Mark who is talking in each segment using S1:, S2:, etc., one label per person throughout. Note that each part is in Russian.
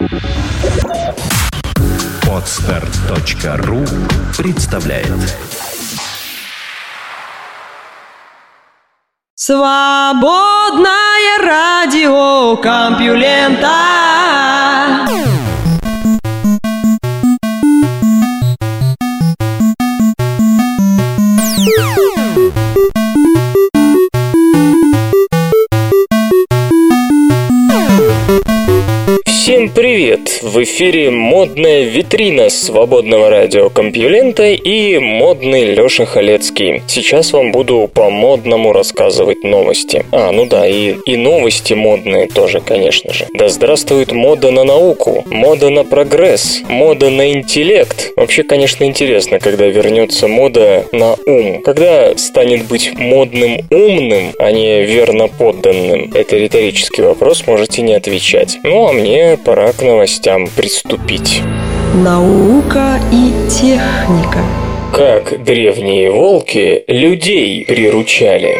S1: Podster.ru представляет.
S2: Свободное радио Компьюлента.
S3: Всем привет! В эфире модная витрина свободного радио Компьюлента и модный Лёша Халецкий. Сейчас вам буду по-модному рассказывать новости. И новости модные тоже, конечно же. Да здравствует мода на науку, мода на прогресс, мода на интеллект. Вообще, конечно, интересно, когда вернется мода на ум. Когда станет быть модным умным, а не верно подданным? Это риторический вопрос, можете не отвечать. Ну, а мне пора к новостям приступить.
S2: Наука и техника.
S3: Как древние волки людей приручали.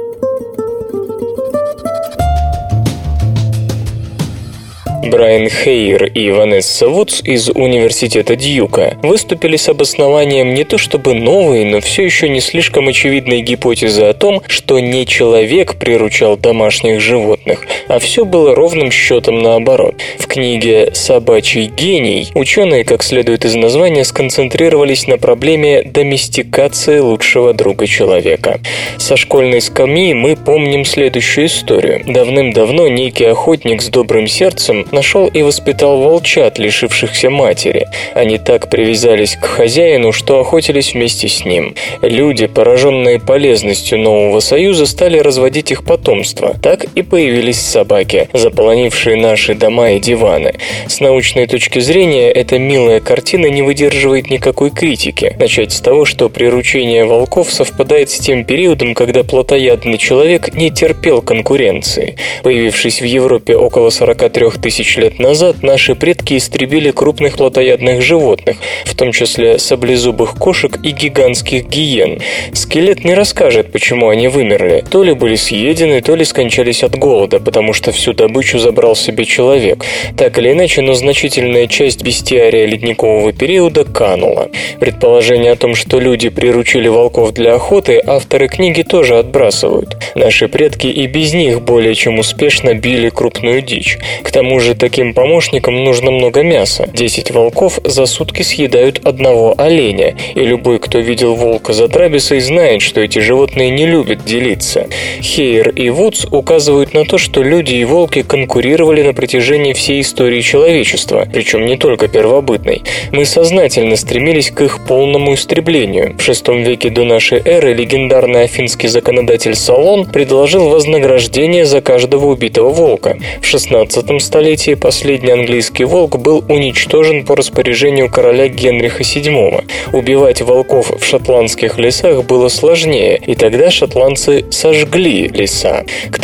S3: Брайан Хейер и Ванесса Вудс из университета Дьюка выступили с обоснованием не то чтобы новой, но все еще не слишком очевидной гипотезы о том, что не человек приручал домашних животных, а все было ровным счетом наоборот. В книге «Собачий гений» ученые, как следует из названия, сконцентрировались на проблеме доместикации лучшего друга человека. Со школьной скамьи мы помним следующую историю. Давным-давно некий охотник с добрым сердцем нашел и воспитал волчат, лишившихся матери. Они так привязались к хозяину, что охотились вместе с ним. Люди, пораженные полезностью нового союза, стали разводить их потомство. Так и появились собаки, заполонившие наши дома и диваны. С научной точки зрения, эта милая картина не выдерживает никакой критики. Начать с того, что приручение волков совпадает с тем периодом, когда плотоядный человек не терпел конкуренции. Появившись в Европе около 43 тысяч лет назад, наши предки истребили крупных плотоядных животных, в том числе саблезубых кошек и гигантских гиен. Скелет не расскажет, почему они вымерли. То ли были съедены, то ли скончались от голода, потому что всю добычу забрал себе человек. Так или иначе, но значительная часть бестиария ледникового периода канула. Предположение о том, что люди приручили волков для охоты, авторы книги тоже отбрасывают. Наши предки и без них более чем успешно били крупную дичь. К тому же таким помощникам нужно много мяса. 10 волков за сутки съедают одного оленя, и любой, кто видел волка за трапезой, знает, что эти животные не любят делиться. Хейер и Вудс указывают на то, что люди и волки конкурировали на протяжении всей истории человечества, причем не только первобытной. Мы сознательно стремились к их полному истреблению. В VI веке до нашей эры легендарный афинский законодатель Солон предложил вознаграждение за каждого убитого волка. В XVI столетии последний английский волк был уничтожен по распоряжению короля Генриха VII. Убивать волков в шотландских лесах было сложнее, и тогда шотландцы сожгли леса. К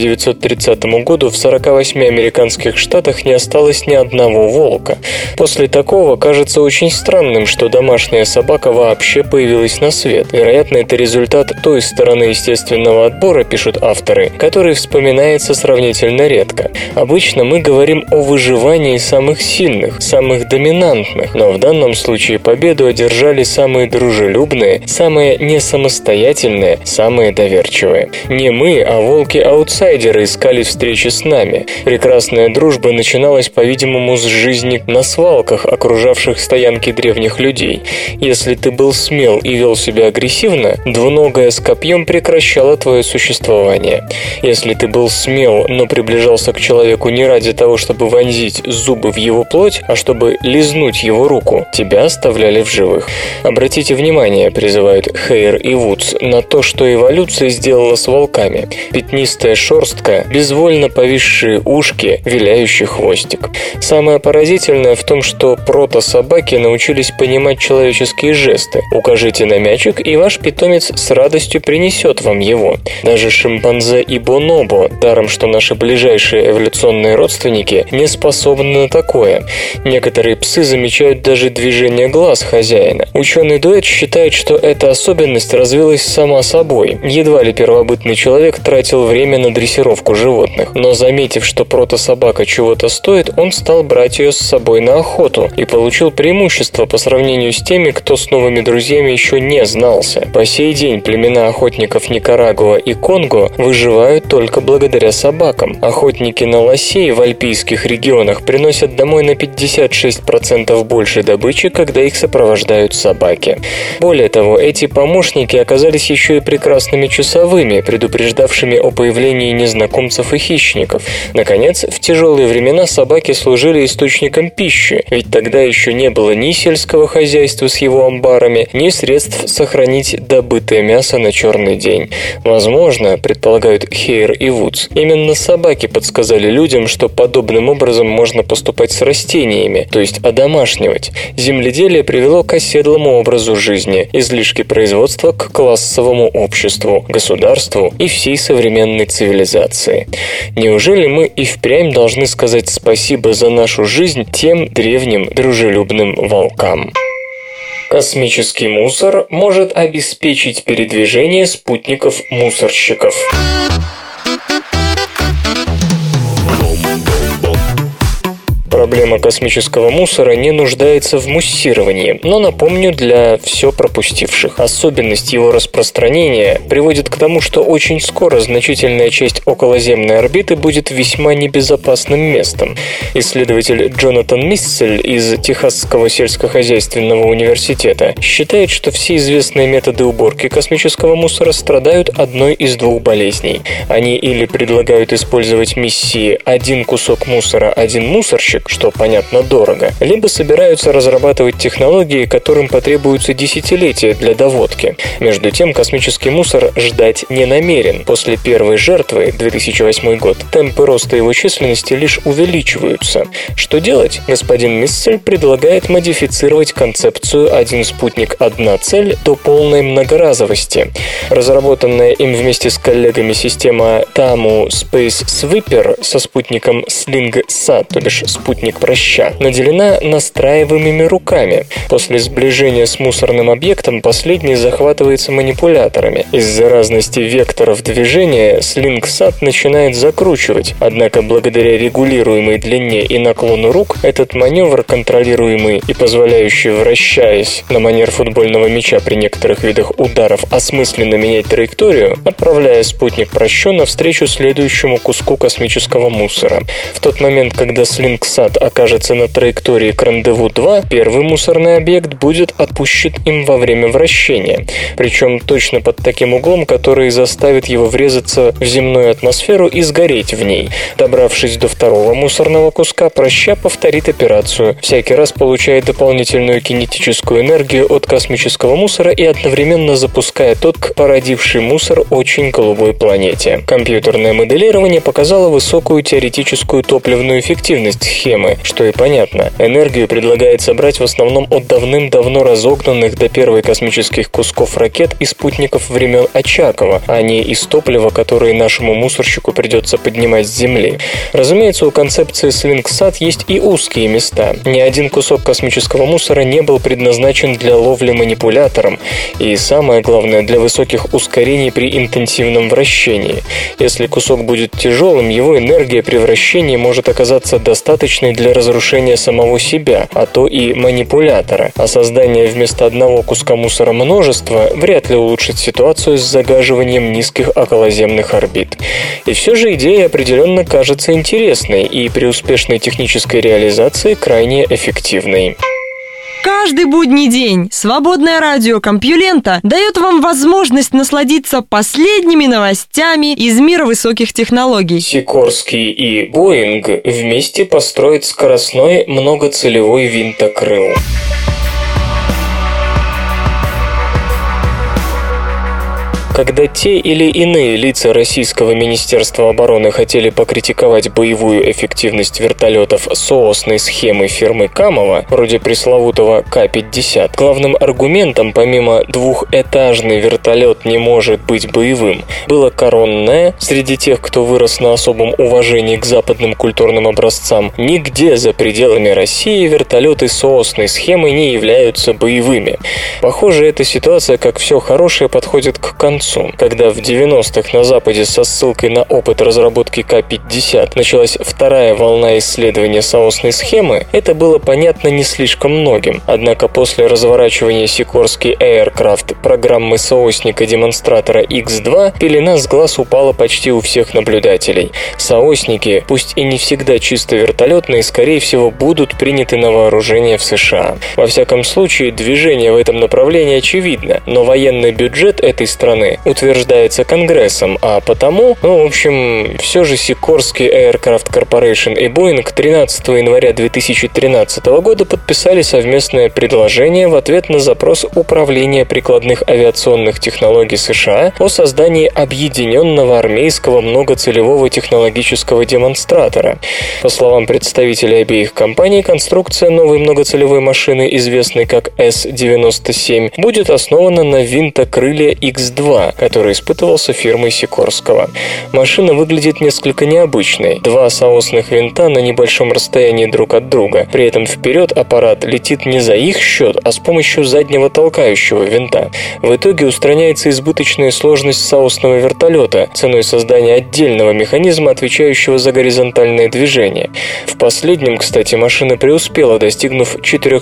S3: 1930 году в 48 американских штатах не осталось ни одного волка. После такого кажется очень странным, что домашняя собака вообще появилась на свет. Вероятно, это результат той стороны естественного отбора, пишут авторы, который вспоминается сравнительно редко. Обычно мы говорим о выживании самых сильных, самых доминантных, но в данном случае победу одержали самые дружелюбные, самые несамостоятельные, самые доверчивые. Не мы, а волки-аутсайдеры искали встречи с нами. Прекрасная дружба начиналась, по-видимому, с жизни на свалках, окружавших стоянки древних людей. Если ты был смел и вел себя агрессивно, двуногая с копьем прекращала твое существование. Если ты был смел, но приближался к человеку не ради того, чтобы вонзить зубы в его плоть, а чтобы лизнуть его руку, тебя оставляли в живых. Обратите внимание, призывают Хейер и Вудс, на то, что эволюция сделала с волками. Пятнистая шерстка, безвольно повисшие ушки, виляющий хвостик. Самое поразительное в том, что прото-собаки научились понимать человеческие жесты. Укажите на мячик, и ваш питомец с радостью принесет вам его. Даже шимпанзе и бонобо, даром что наши ближайшие эволюционные родственники, охотники не способны на такое. Некоторые псы замечают даже движение глаз хозяина. Ученый дуэт считает, что эта особенность развилась сама собой. Едва ли первобытный человек тратил время на дрессировку животных. Но заметив, что протособака чего-то стоит, он стал брать ее с собой на охоту и получил преимущество по сравнению с теми, кто с новыми друзьями еще не знался. По сей день племена охотников Никарагуа и Конго выживают только благодаря собакам. Охотники на лосей в альпийских регионах приносят домой на 56% больше добычи, когда их сопровождают собаки. Более того, эти помощники оказались еще и прекрасными часовыми, предупреждавшими о появлении незнакомцев и хищников. Наконец, в тяжелые времена собаки служили источником пищи, ведь тогда еще не было ни сельского хозяйства с его амбарами, ни средств сохранить добытое мясо на черный день. Возможно, предполагают Хейр и Вудс, именно собаки подсказали людям, что подобным образом можно поступать с растениями, то есть одомашнивать. Земледелие привело к оседлому образу жизни, излишки производства к классовому обществу, государству и всей современной цивилизации. Неужели мы и впрямь должны сказать спасибо за нашу жизнь тем древним дружелюбным волкам? Космический мусор может обеспечить передвижение спутников-мусорщиков. Проблема космического мусора не нуждается в муссировании, но, напомню, для все пропустивших. Особенность его распространения приводит к тому, что очень скоро значительная часть околоземной орбиты будет весьма небезопасным местом. Исследователь Джонатан Миссель из Техасского сельскохозяйственного университета считает, что все известные методы уборки космического мусора страдают одной из двух болезней. Они или предлагают использовать миссии «один кусок мусора, один мусорщик», что, понятно, дорого, либо собираются разрабатывать технологии, которым потребуются десятилетия для доводки. Между тем, космический мусор ждать не намерен. После первой жертвы, 2008 год, темпы роста его численности лишь увеличиваются. Что делать? Господин Миссель предлагает модифицировать концепцию «один спутник, одна цель» до полной многоразовости. Разработанная им вместе с коллегами система TAMU Space Sweeper со спутником SlingSat, то бишь спутник проща, наделена настраиваемыми руками. После сближения с мусорным объектом последний захватывается манипуляторами. Из-за разности векторов движения SlingSat начинает закручивать, однако благодаря регулируемой длине и наклону рук этот маневр, контролируемый и позволяющий, вращаясь на манер футбольного мяча при некоторых видах ударов, осмысленно менять траекторию, отправляя спутник прощу навстречу следующему куску космического мусора. В тот момент, когда SlingSat окажется на траектории к рандеву-2, первый мусорный объект будет отпущен им во время вращения. Причем точно под таким углом, который заставит его врезаться в земную атмосферу и сгореть в ней. Добравшись до второго мусорного куска, проща повторит операцию, всякий раз получая дополнительную кинетическую энергию от космического мусора и одновременно запуская тот к породившей мусор очень голубой планете. Компьютерное моделирование показало высокую теоретическую топливную эффективность схемы, что и понятно. Энергию предлагается брать в основном от давным-давно разогнанных до первой космических кусков ракет и спутников времен Очакова, а не из топлива, которое нашему мусорщику придется поднимать с Земли. Разумеется, у концепции SlingSat есть и узкие места. Ни один кусок космического мусора не был предназначен для ловли манипулятором и, самое главное, для высоких ускорений при интенсивном вращении. Если кусок будет тяжелым, его энергия при вращении может оказаться достаточной для разрушения самого себя, а то и манипулятора. А создание вместо одного куска мусора множества вряд ли улучшит ситуацию с загаживанием низких околоземных орбит. И все же идея определенно кажется интересной и при успешной технической реализации крайне эффективной.
S2: Каждый будний день свободное радио Компьюлента дает вам возможность насладиться последними новостями из мира высоких технологий.
S3: Сикорский и Боинг вместе построят скоростной многоцелевой Когда те или иные лица российского Министерства обороны хотели покритиковать боевую эффективность вертолетов соосной схемы фирмы Камова, вроде пресловутого К-50, главным аргументом, помимо двухэтажный вертолет не может быть боевым, было коронное: среди тех, кто вырос на особом уважении к западным культурным образцам, нигде за пределами России вертолеты соосной схемы не являются боевыми. Похоже, эта ситуация, как все хорошее, подходит к концу. Когда в 90-х на Западе со ссылкой на опыт разработки К-50 началась вторая волна исследования соосной схемы, это было понятно не слишком многим. Однако после разворачивания Sikorsky Aircraft программы соосника-демонстратора X-2 пелена с глаз упала почти у всех наблюдателей. Соосники, пусть и не всегда чисто вертолетные, скорее всего, будут приняты на вооружение в США. Во всяком случае, движение в этом направлении очевидно, но военный бюджет этой страны утверждается Конгрессом, а потому, все же Sikorsky Aircraft Corporation и Boeing 13 января 2013 года подписали совместное предложение в ответ на запрос Управления прикладных авиационных технологий США о создании объединенного армейского многоцелевого технологического демонстратора. По словам представителей обеих компаний, конструкция новой многоцелевой машины, известной как С-97, будет основана на винтокрыле X-2, который испытывался фирмой Сикорского. Машина выглядит несколько необычной. Два соосных винта на небольшом расстоянии друг от друга. При этом вперед аппарат летит не за их счет, а с помощью заднего толкающего винта. В итоге устраняется избыточная сложность соосного вертолета ценой создания отдельного механизма, отвечающего за горизонтальное движение. В последнем, кстати, машина преуспела, достигнув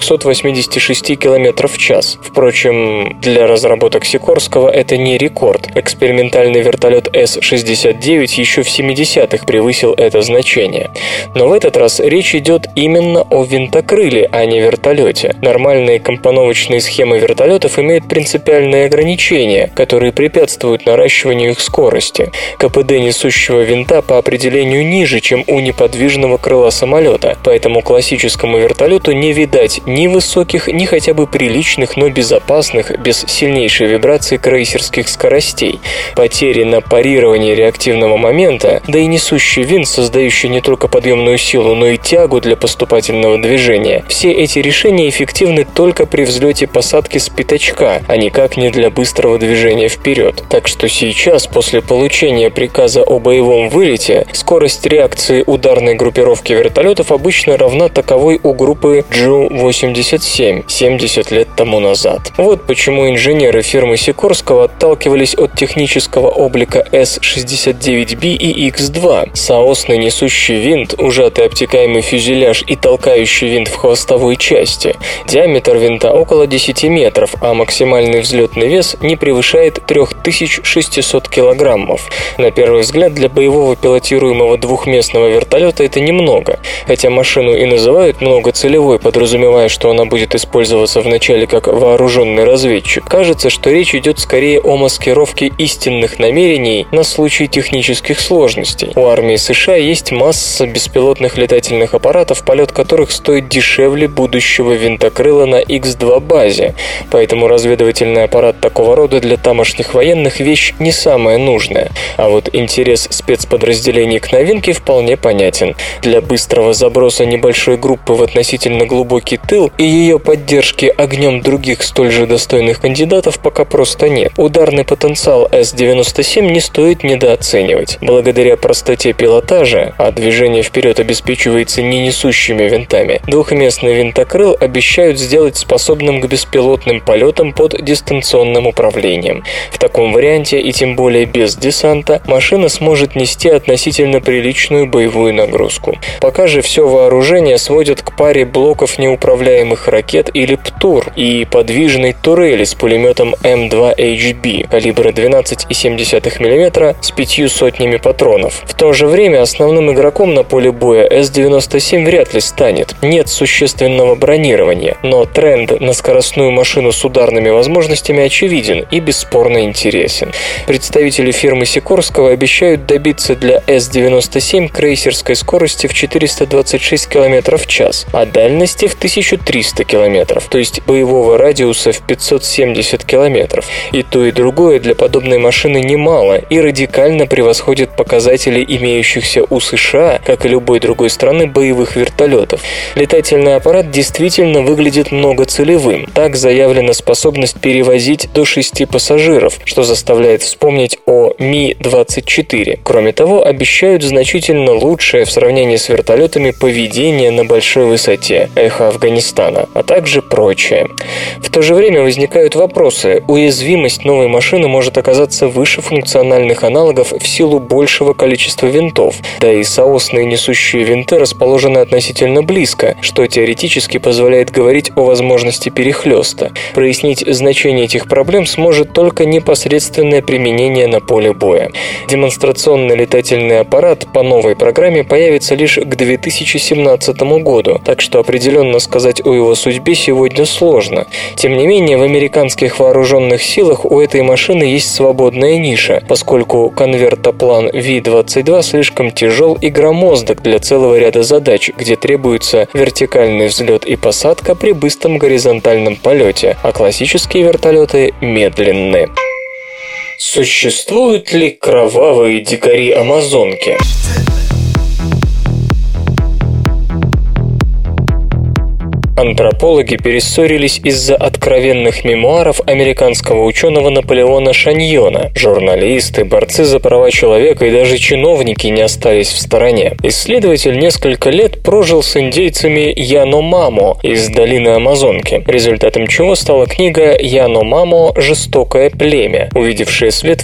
S3: 486 км в час. Впрочем, для разработок Сикорского это не рекорд. Экспериментальный вертолет С-69 еще в 70-х превысил это значение. Но в этот раз речь идет именно о винтокрыле, а не вертолете. Нормальные компоновочные схемы вертолетов имеют принципиальные ограничения, которые препятствуют наращиванию их скорости. КПД несущего винта по определению ниже, чем у неподвижного крыла самолета, поэтому классическому вертолету не видать ни высоких, ни хотя бы приличных, но безопасных, без сильнейшей вибрации крейсерских скоростей. Потери на парирование реактивного момента, да и несущий винт, создающий не только подъемную силу, но и тягу для поступательного движения. Все эти решения эффективны только при взлете посадки с пятачка, а никак не для быстрого движения вперед. Так что сейчас, после получения приказа о боевом вылете, скорость реакции ударной группировки вертолетов обычно равна таковой у группы Ju-87 70 лет тому назад. Вот почему инженеры фирмы Сикорского отталкивались от технического облика С-69B и X-2. Соосный несущий винт, ужатый обтекаемый фюзеляж и толкающий винт в хвостовой части. Диаметр винта около 10 метров, а максимальный взлетный вес не превышает 3600 килограммов. На первый взгляд, для боевого пилотируемого двухместного вертолета это немного. Хотя машину и называют многоцелевой, подразумевая, что она будет использоваться вначале как вооруженный разведчик, кажется, что речь идет скорее о маскировке истинных намерений на случай технических сложностей. У армии США есть масса беспилотных летательных аппаратов, полет которых стоит дешевле будущего винтокрыла на X-2 базе, поэтому разведывательный аппарат такого рода для тамошних военных вещь не самая нужная. А вот интерес спецподразделений к новинке вполне понятен. Для быстрого заброса небольшой группы в относительно глубокий тыл и ее поддержки огнем других столь же достойных кандидатов пока просто нет. Ударный потенциал С-97 не стоит недооценивать. Благодаря простоте пилотажа, а движение вперед обеспечивается не несущими винтами, двухместный винтокрыл обещают сделать способным к беспилотным полетам под дистанционным управлением. В таком варианте, и тем более без десанта, машина сможет нести относительно приличную боевую нагрузку. Пока же все вооружение сводят к паре блоков неуправляемых ракет или ПТУР и подвижной турели с пулеметом М2HB калибра 12,7 мм с 5 сотнями патронов. В то же время основным игроком на поле боя С-97 вряд ли станет. Нет существенного бронирования, но тренд на скоростную машину с ударными возможностями очевиден и бесспорно интересен. Представители фирмы Сикорского обещают добиться для С-97 крейсерской скорости в 426 км в час, а дальности в 1300 км, то есть боевого радиуса в 570 км. И то, и другое боя для подобной машины немало и радикально превосходит показатели имеющихся у США, как и любой другой страны, боевых вертолетов. Летательный аппарат действительно выглядит многоцелевым. Так заявлена способность перевозить до 6 пассажиров, что заставляет вспомнить о Ми-24. Кроме того, обещают значительно лучшее в сравнении с вертолетами поведение на большой высоте, эхо Афганистана, а также прочее. В то же время возникают вопросы. Уязвимость новой машины может оказаться выше функциональных аналогов в силу большего количества винтов, да и соосные несущие винты расположены относительно близко, что теоретически позволяет говорить о возможности перехлёста. Прояснить значение этих проблем сможет только непосредственное применение на поле боя. Демонстрационный летательный аппарат по новой программе появится лишь к 2017 году, так что определенно сказать о его судьбе сегодня сложно. Тем не менее, в американских вооруженных силах у этой машины есть свободная ниша, поскольку конвертоплан Ви-22 слишком тяжел и громоздок для целого ряда задач, где требуется вертикальный взлет и посадка при быстром горизонтальном полете, а классические вертолеты медленны. Существуют ли кровавые дикари Амазонки? Антропологи перессорились из-за откровенных мемуаров американского ученого Наполеона Шаньона. Журналисты, борцы за права человека и даже чиновники не остались в стороне. Исследователь несколько лет прожил с индейцами Яномамо из долины Амазонки, результатом чего стала книга «Яномамо. Жестокое племя», увидевшая свет в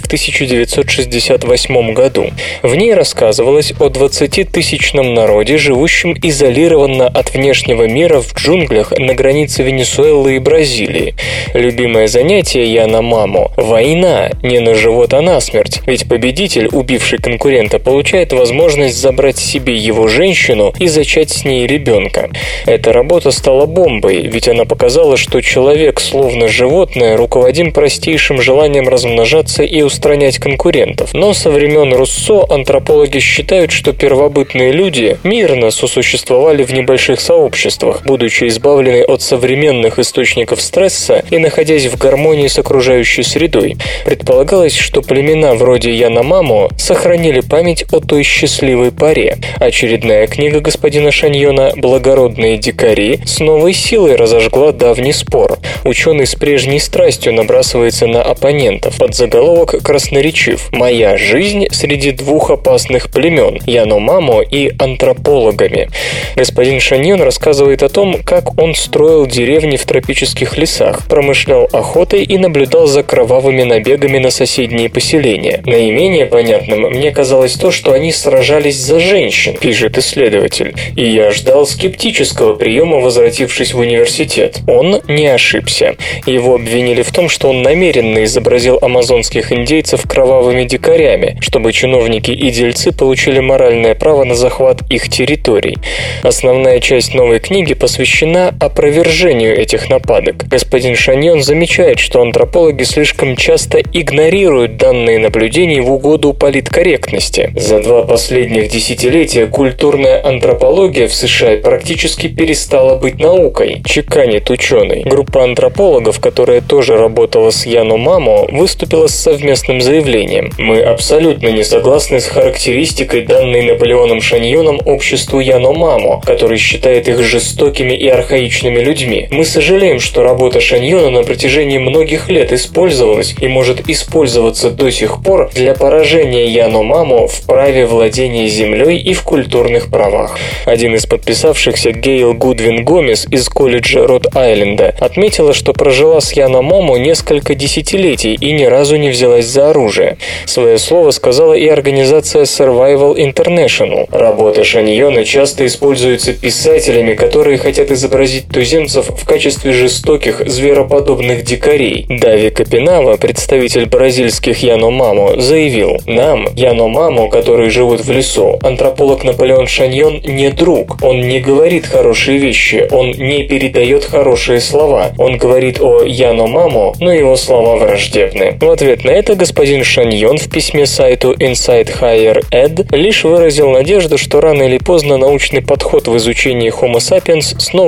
S3: 1968 году. В ней рассказывалось о 20-тысячном народе, живущем изолированно от внешнего мира в джунглях на границе Венесуэлы и Бразилии. Любимое занятие Яномамо – война, не на живот, а на смерть, ведь победитель, убивший конкурента, получает возможность забрать себе его женщину и зачать с ней ребенка. Эта работа стала бомбой, ведь она показала, что человек, словно животное, руководим простейшим желанием размножаться и устранять конкурентов. Но со времен Руссо антропологи считают, что первобытные люди мирно сосуществовали в небольших сообществах, будучи избавлены от современных источников стресса и находясь в гармонии с окружающей средой. Предполагалось, что племена вроде Яномамо сохранили память о той счастливой поре. Очередная книга господина Шаньона «Благородные дикари» с новой силой разожгла давний спор. Ученый с прежней страстью набрасывается на оппонентов. Подзаголовок красноречив: «Моя жизнь среди двух опасных племен – Яномамо и антропологами». Господин Шаньон рассказывает о том, как он строил деревни в тропических лесах, промышлял охотой и наблюдал за кровавыми набегами на соседние поселения. Наименее понятным мне казалось то, что они сражались за женщин, пишет исследователь, и я ждал скептического приема, возвратившись в университет. Он не ошибся. Его обвинили в том, что он намеренно изобразил амазонских индейцев кровавыми дикарями, чтобы чиновники и дельцы получили моральное право на захват их территорий. Основная часть новой книги посвящена опровержению этих нападок. Господин Шаньон замечает, что антропологи слишком часто игнорируют данные наблюдений в угоду политкорректности. За 2 последних десятилетия культурная антропология в США практически перестала быть наукой, чеканит ученый. Группа антропологов, которая тоже работала с Яномамо, выступила с совместным заявлением: «Мы абсолютно не согласны с характеристикой, данной Наполеоном Шаньоном обществу Яномамо, который считает их жестокими и архаичными людьми. Мы сожалеем, что работа Шаньона на протяжении многих лет использовалась и может использоваться до сих пор для поражения Яномамо в праве владения землей и в культурных правах». Один из подписавшихся, Гейл Гудвин Гомес из колледжа Род-Айленда, отметила, что прожила с Яномамо несколько десятилетий и ни разу не взялась за оружие. Свое слово сказала и организация Survival International. Работа Шаньона часто используется писателями, которые хотят изобразить туземцев в качестве жестоких, звероподобных дикарей. Дави Капинава, представитель бразильских Яномамо, заявил: «Нам, Яномамо, которые живут в лесу, антрополог Наполеон Шаньон не друг. Он не говорит хорошие вещи, он не передает хорошие слова. Он говорит о Яномамо, но его слова враждебны». В ответ на это господин Шаньон в письме сайту Inside Higher Ed лишь выразил надежду, что рано или поздно научный подход в изучении Homo sapiens снова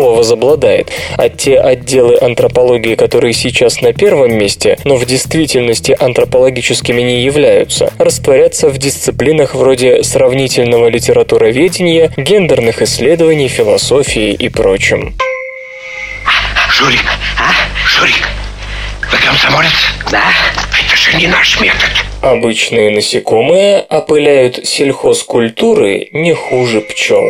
S3: снова возобладает, а те отделы антропологии, которые сейчас на первом месте, но в действительности антропологическими не являются, растворятся в дисциплинах вроде сравнительного литературоведения, гендерных исследований, философии и прочем.
S4: Журик, Журик, вы комсомолец? Да. Это же не наш метод.
S3: Обычные насекомые опыляют сельхозкультуры не хуже пчел.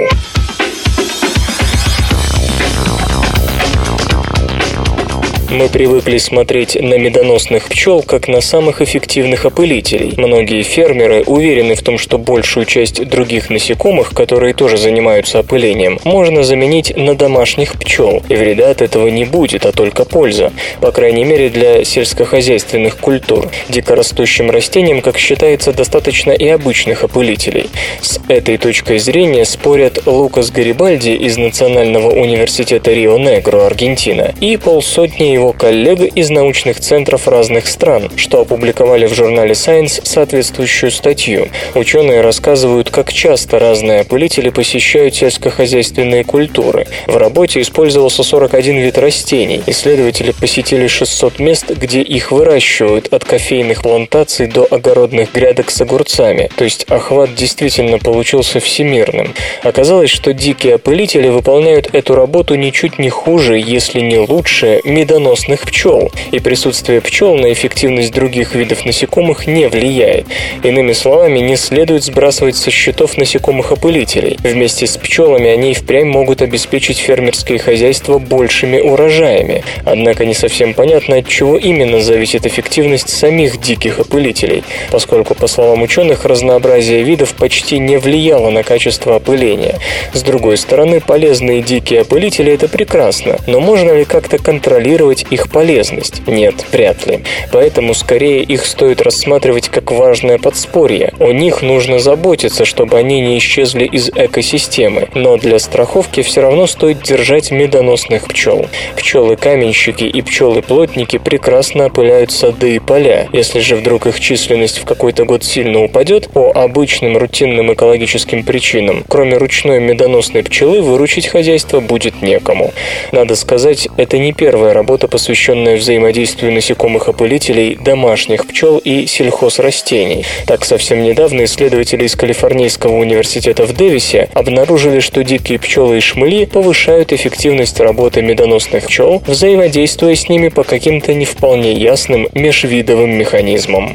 S3: Мы привыкли смотреть на медоносных пчел как на самых эффективных опылителей. Многие фермеры уверены в том, что большую часть других насекомых, которые тоже занимаются опылением, можно заменить на домашних пчел, и вреда от этого не будет, а только польза. По крайней мере, для сельскохозяйственных культур. Дикорастущим растениям, как считается, достаточно и обычных опылителей. С этой точкой зрения спорят Лукас Гарибальди из Национального университета Рио-Негро, Аргентина, и полсотни его коллег из научных центров разных стран, что опубликовали в журнале Science соответствующую статью. Ученые рассказывают, как часто разные опылители посещают сельскохозяйственные культуры. В работе использовался 41 вид растений. Исследователи посетили 600 мест, где их выращивают, от кофейных плантаций до огородных грядок с огурцами. То есть охват действительно получился всемирным. Оказалось, что дикие опылители выполняют эту работу ничуть не хуже, если не лучше, медоносных пчел, и присутствие пчел на эффективность других видов насекомых не влияет. Иными словами, не следует сбрасывать со счетов насекомых-опылителей. Вместе с пчелами они и впрямь могут обеспечить фермерские хозяйства большими урожаями. Однако не совсем понятно, от чего именно зависит эффективность самих диких опылителей, поскольку, по словам ученых, разнообразие видов почти не влияло на качество опыления. С другой стороны, полезные дикие опылители – это прекрасно, но можно ли как-то контролировать их полезность? Нет, вряд ли. Поэтому скорее их стоит рассматривать как важное подспорье. О них нужно заботиться, чтобы они не исчезли из экосистемы. Но для страховки все равно стоит держать медоносных пчел. Пчелы-каменщики и пчелы-плотники прекрасно опыляют сады и поля. Если же вдруг их численность в какой-то год сильно упадет, по обычным рутинным экологическим причинам, кроме ручной медоносной пчелы, выручить хозяйство будет некому. Надо сказать, это не первая работа, посвященная взаимодействию насекомых-опылителей, домашних пчел и сельхозрастений. Так, совсем недавно исследователи из Калифорнийского университета в Дэвисе обнаружили, что дикие пчелы и шмели повышают эффективность работы медоносных пчел, взаимодействуя с ними по каким-то не вполне ясным межвидовым механизмам.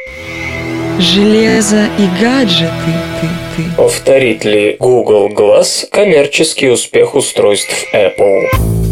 S2: Железо и гаджеты.
S3: Повторит ли Google Glass коммерческий успех устройств Apple?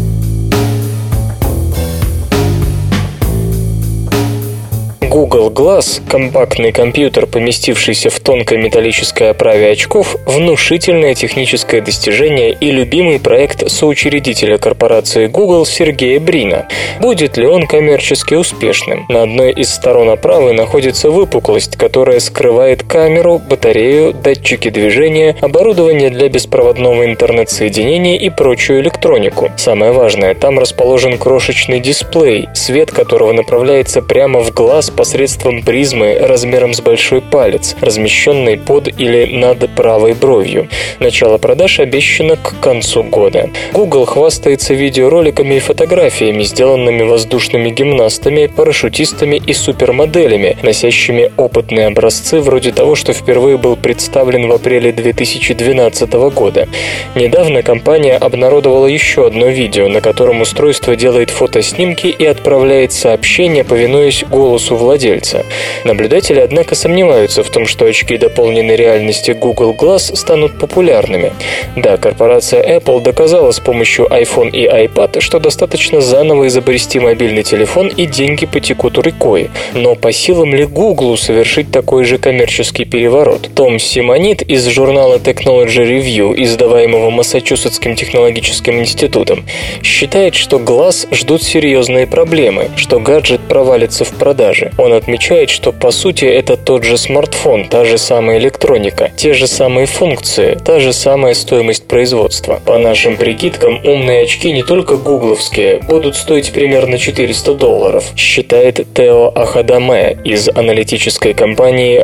S3: Google Glass, компактный компьютер, поместившийся в тонкой металлической оправе очков, внушительное техническое достижение и любимый проект соучредителя корпорации Google Сергея Брина. Будет ли он коммерчески успешным? На одной из сторон оправы находится выпуклость, которая скрывает камеру, батарею, датчики движения, оборудование для беспроводного интернет-соединения и прочую электронику. Самое важное, там расположен крошечный дисплей, свет которого направляется прямо в глаз посредством призмы размером с большой палец, размещенной под или над правой бровью. Начало продаж обещано к концу года. Google хвастается видеороликами и фотографиями, сделанными воздушными гимнастами, парашютистами и супермоделями, носящими опытные образцы вроде того, что впервые был представлен в апреле 2012 года. Недавно компания обнародовала еще одно видео, на котором устройство делает фотоснимки и отправляет сообщения, повинуясь голосу владельца. Наблюдатели, однако, сомневаются в том, что очки дополненной реальности Google Glass станут популярными. Да, корпорация Apple доказала с помощью iPhone и iPad, что достаточно заново изобрести мобильный телефон и деньги потекут рекой. Но по силам ли Google совершить такой же коммерческий переворот? Том Симонит из журнала Technology Review, издаваемого Массачусетским технологическим институтом, считает, что Glass ждут серьезные проблемы, что гаджет провалится в продаже. Он отмечает, что по сути это тот же смартфон, та же самая электроника, те же самые функции, та же самая стоимость производства. По нашим прикидкам, умные очки не только гугловские будут стоить примерно $400, считает Тео Ахадаме из аналитической компании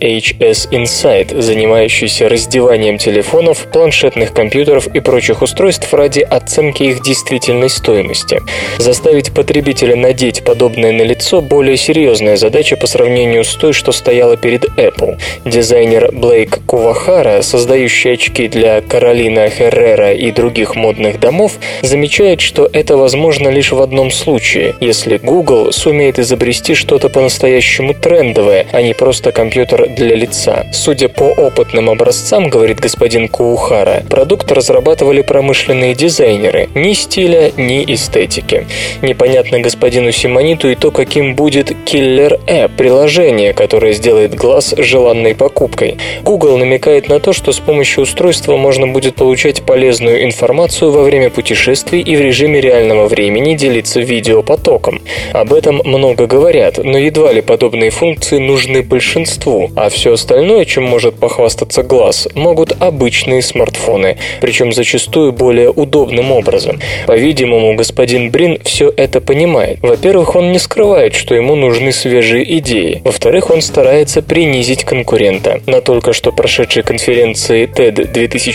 S3: IHS Insight, занимающейся раздеванием телефонов, планшетных компьютеров и прочих устройств ради оценки их действительной стоимости. Заставить потребителя надеть подобное на лицо – более серьезная задача по сравнению с той, что стояла перед Apple. Дизайнер Блейк Кувахара, создающий очки для Каролина Херрера и других модных домов, замечает, что это возможно лишь в одном случае, если Google сумеет изобрести что-то по-настоящему трендовое, а не просто компьютер для лица. Судя по опытным образцам, говорит господин Кувахара, продукт разрабатывали промышленные дизайнеры, ни стиля, ни эстетики. Непонятно господину Симониту и то, каким будет Killer App, приложение, которое сделает глаз желанной покупкой. Google намекает на то, что с помощью устройства можно будет получать полезную информацию во время путешествий и в режиме реального времени делиться видеопотоком. Об этом много говорят, но едва ли подобные функции нужны большинству, а все остальное, чем может похвастаться глаз, могут обычные смартфоны, причем зачастую более удобным образом. По-видимому, господин Брин все это понимает. Во-первых, он не скрывает, что ему нужны свежие идеи. Во-вторых, он старается принизить конкурента. На только что прошедшей конференции TED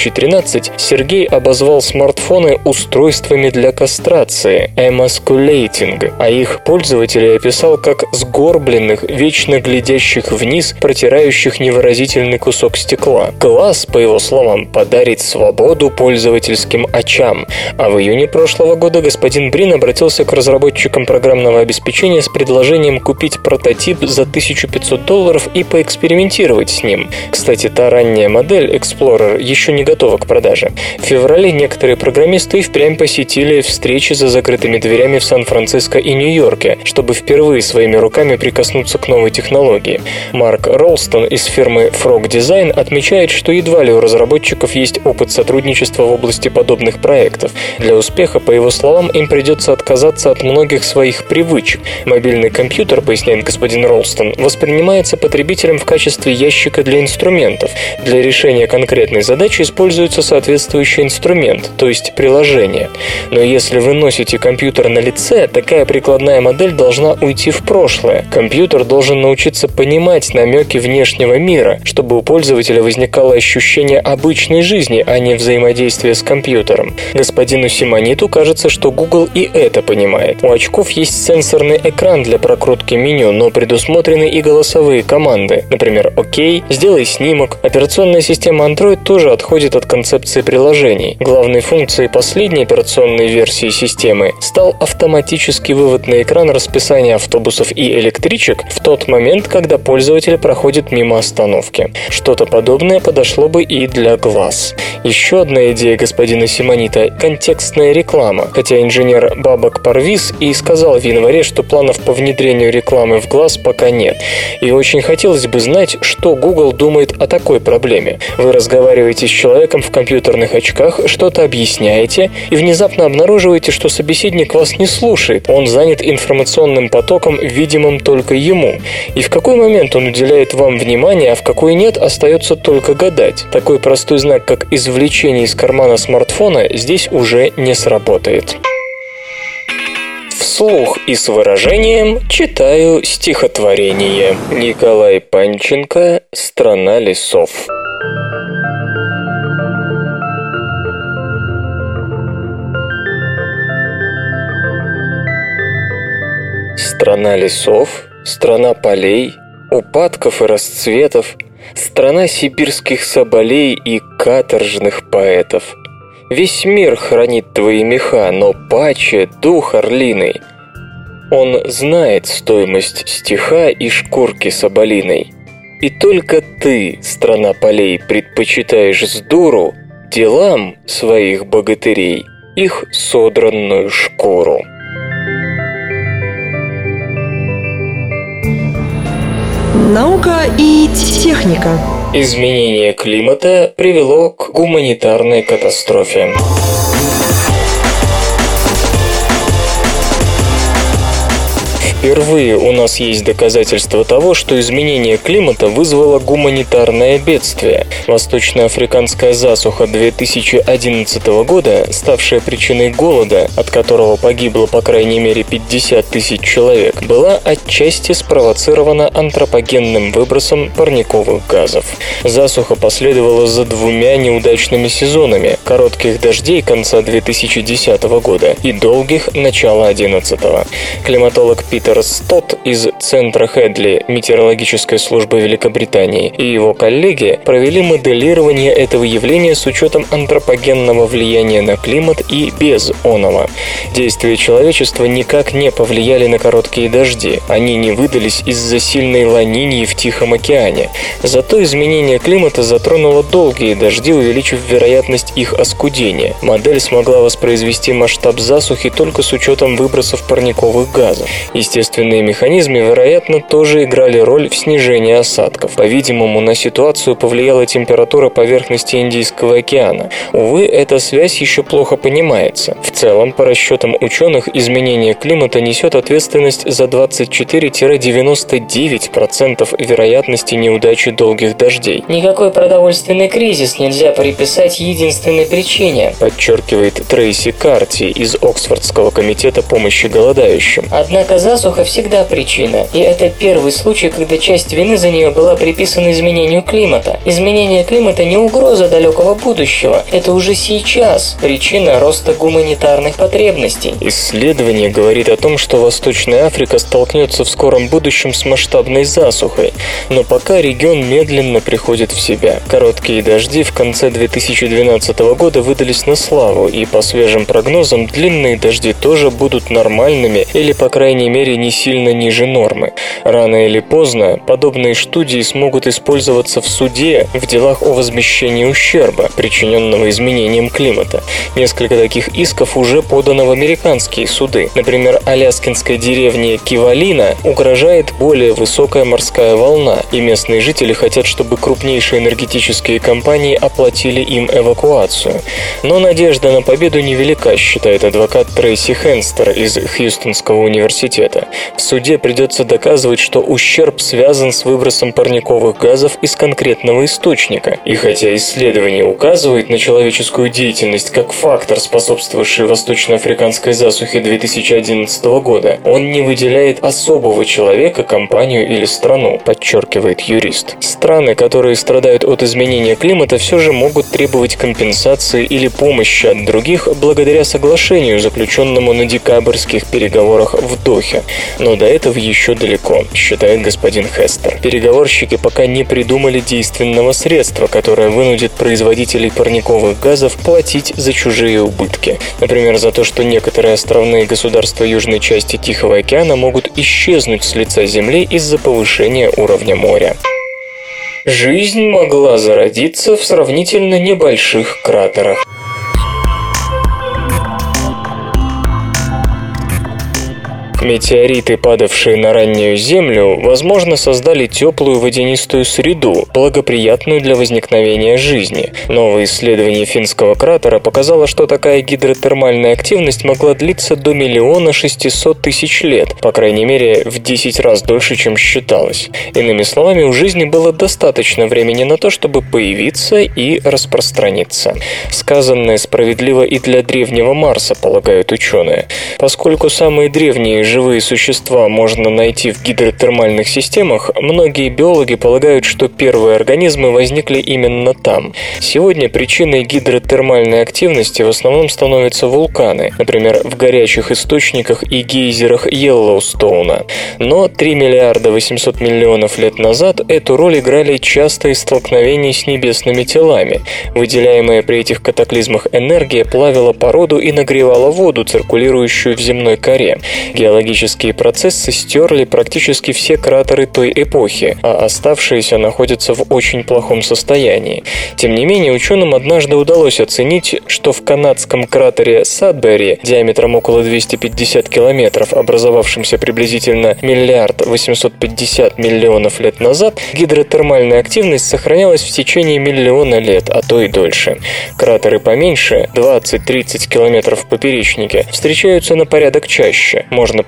S3: 2013 Сергей обозвал смартфоны устройствами для кастрации, emasculating, а их пользователей описал как сгорбленных, вечно глядящих вниз, протирающих невыразительный кусок стекла. Глаз, по его словам, подарит свободу пользовательским очам. А в июне прошлого года господин Брин обратился к разработчикам программного обеспечения с предложением купить прототип за $1500 и поэкспериментировать с ним. Кстати, та ранняя модель Explorer еще не готова к продаже. В феврале некоторые программисты и впрямь посетили встречи за закрытыми дверями в Сан-Франциско и Нью-Йорке, чтобы впервые своими руками прикоснуться к новой технологии. Марк Ролстон из фирмы Frog Design отмечает, что едва ли у разработчиков есть опыт сотрудничества в области подобных проектов. Для успеха, по его словам, им придется отказаться от многих своих привычек. Мобильный компьютер, поясняет господин Ролстон, воспринимается потребителем в качестве ящика для инструментов. Для решения конкретной задачи используется соответствующий инструмент, то есть приложение. Но если вы носите компьютер на лице, такая прикладная модель должна уйти в прошлое. Компьютер должен научиться понимать намеки внешнего мира, чтобы у пользователя возникало ощущение обычной жизни, а не взаимодействия с компьютером. Господину Симониту кажется, что Google и это понимает. У очков есть сенсорный экран для прокрутки меню, но предусмотрены и голосовые команды. Например, «Окей», «Сделай снимок». Операционная система Android тоже отходит от концепции приложений. Главной функцией последней операционной версии системы стал автоматический вывод на экран расписания автобусов и электричек в тот момент, когда пользователь проходит мимо остановки. Что-то подобное подошло бы и для глаз. Еще одна идея господина Симонита – контекстная реклама. Хотя инженер Бабак Парвиз и сказал в январе, что планов по внедрению рекламы в глаз пока нет. И очень хотелось бы знать, что Google думает о такой проблеме. Вы разговариваете с человеком в компьютерных очках, что-то объясняете, и внезапно обнаруживаете, что собеседник вас не слушает. Он занят информационным потоком, видимым только ему. И в какой момент он уделяет вам внимание, а в какой нет, остается только гадать. Такой простой знак, как извлечение из кармана смартфона, здесь уже не сработает. Вслух и с выражением читаю стихотворение. Николай Панченко «Страна лесов». Страна лесов, страна полей, упадков и расцветов, страна сибирских соболей и каторжных поэтов. Весь мир хранит твои меха, но паче дух орлиный. Он знает стоимость стиха и шкурки соболиной. И только ты, страна полей, предпочитаешь с дуру делам своих богатырей их содранную шкуру.
S2: Наука и техника.
S3: Изменение климата привело к гуманитарной катастрофе. Впервые у нас есть доказательства того, что изменение климата вызвало гуманитарное бедствие. Восточноафриканская засуха 2011 года, ставшая причиной голода, от которого погибло по крайней мере 50 тысяч человек, была отчасти спровоцирована антропогенным выбросом парниковых газов. Засуха последовала за двумя неудачными сезонами – коротких дождей конца 2010 года и долгих начала 2011. Климатолог Питер Стотт из Центра Хедли метеорологической службы Великобритании и его коллеги провели моделирование этого явления с учетом антропогенного влияния на климат и без оного. Действия человечества никак не повлияли на короткие дожди, они не выдались из-за сильной ланиньи в Тихом океане. Зато изменение климата затронуло долгие дожди, увеличив вероятность их оскудения. Модель смогла воспроизвести масштаб засухи только с учетом выбросов парниковых газов. Естественные механизмы, вероятно, тоже играли роль в снижении осадков. По-видимому, на ситуацию повлияла температура поверхности Индийского океана. Увы, эта связь еще плохо понимается. В целом, по расчетам ученых, изменение климата несет ответственность за 24-99% вероятности неудачи долгих дождей.
S5: Никакой продовольственный кризис нельзя приписать единственной причине,
S3: подчеркивает Трейси Карти из Оксфордского комитета помощи голодающим.
S5: Однако засуха всегда причина, и это первый случай, когда часть вины за нее была приписана изменению климата. Изменение климата не угроза далекого будущего, это уже сейчас причина роста гуманитарных потребностей.
S3: Исследование говорит о том, что Восточная Африка столкнется в скором будущем с масштабной засухой, но пока регион медленно приходит в себя. Короткие дожди в конце 2012 года выдались на славу, и по свежим прогнозам длинные дожди тоже будут нормальными или, по крайней мере, не сильно ниже нормы. Рано или поздно подобные студии смогут использоваться в суде в делах о возмещении ущерба, причиненного изменением климата. Несколько таких исков уже подано в американские суды. Например, аляскинской деревне Кивалина угрожает более высокая морская волна, и местные жители хотят, чтобы крупнейшие энергетические компании оплатили им эвакуацию. Но надежда на победу невелика, считает адвокат Трейси Хенстер из Хьюстонского университета. В суде придется доказывать, что ущерб связан с выбросом парниковых газов из конкретного источника. И хотя исследование указывает на человеческую деятельность как фактор, способствовавший восточноафриканской засухе 2011 года, он не выделяет особого человека, компанию или страну, подчеркивает юрист. Страны, которые страдают от изменения климата, все же могут требовать компенсации или помощи от других благодаря соглашению, заключенному на декабрьских переговорах в Дохе. Но до этого еще далеко, считает господин Хестер. Переговорщики пока не придумали действенного средства, которое вынудит производителей парниковых газов платить за чужие убытки. Например, за то, что некоторые островные государства южной части Тихого океана могут исчезнуть с лица Земли из-за повышения уровня моря. Жизнь могла зародиться в сравнительно небольших кратерах. Метеориты, падавшие на раннюю Землю, возможно, создали теплую водянистую среду, благоприятную для возникновения жизни. Новое исследование финского кратера показало, что такая гидротермальная активность могла длиться до 1 600 000 лет, по крайней мере, в 10 раз дольше, чем считалось. Иными словами, у жизни было достаточно времени на то, чтобы появиться и распространиться. Сказанное справедливо и для древнего Марса, полагают ученые. Поскольку самые древние живые существа можно найти в гидротермальных системах, многие биологи полагают, что первые организмы возникли именно там. Сегодня причиной гидротермальной активности в основном становятся вулканы, например, в горячих источниках и гейзерах Йеллоустоуна. Но 3 миллиарда 800 миллионов лет назад эту роль играли частые столкновения с небесными телами. Выделяемая при этих катаклизмах энергия плавила породу и нагревала воду, циркулирующую в земной коре. Геологические процессы стерли практически все кратеры той эпохи, а оставшиеся находятся в очень плохом состоянии. Тем не менее, ученым однажды удалось оценить, что в канадском кратере Садбери диаметром около 250 километров, образовавшемся приблизительно 1 850 миллионов лет назад, гидротермальная активность сохранялась в течение миллиона лет, а то и дольше. Кратеры поменьше, 20-30 километров в поперечнике, встречаются на порядок чаще. Можно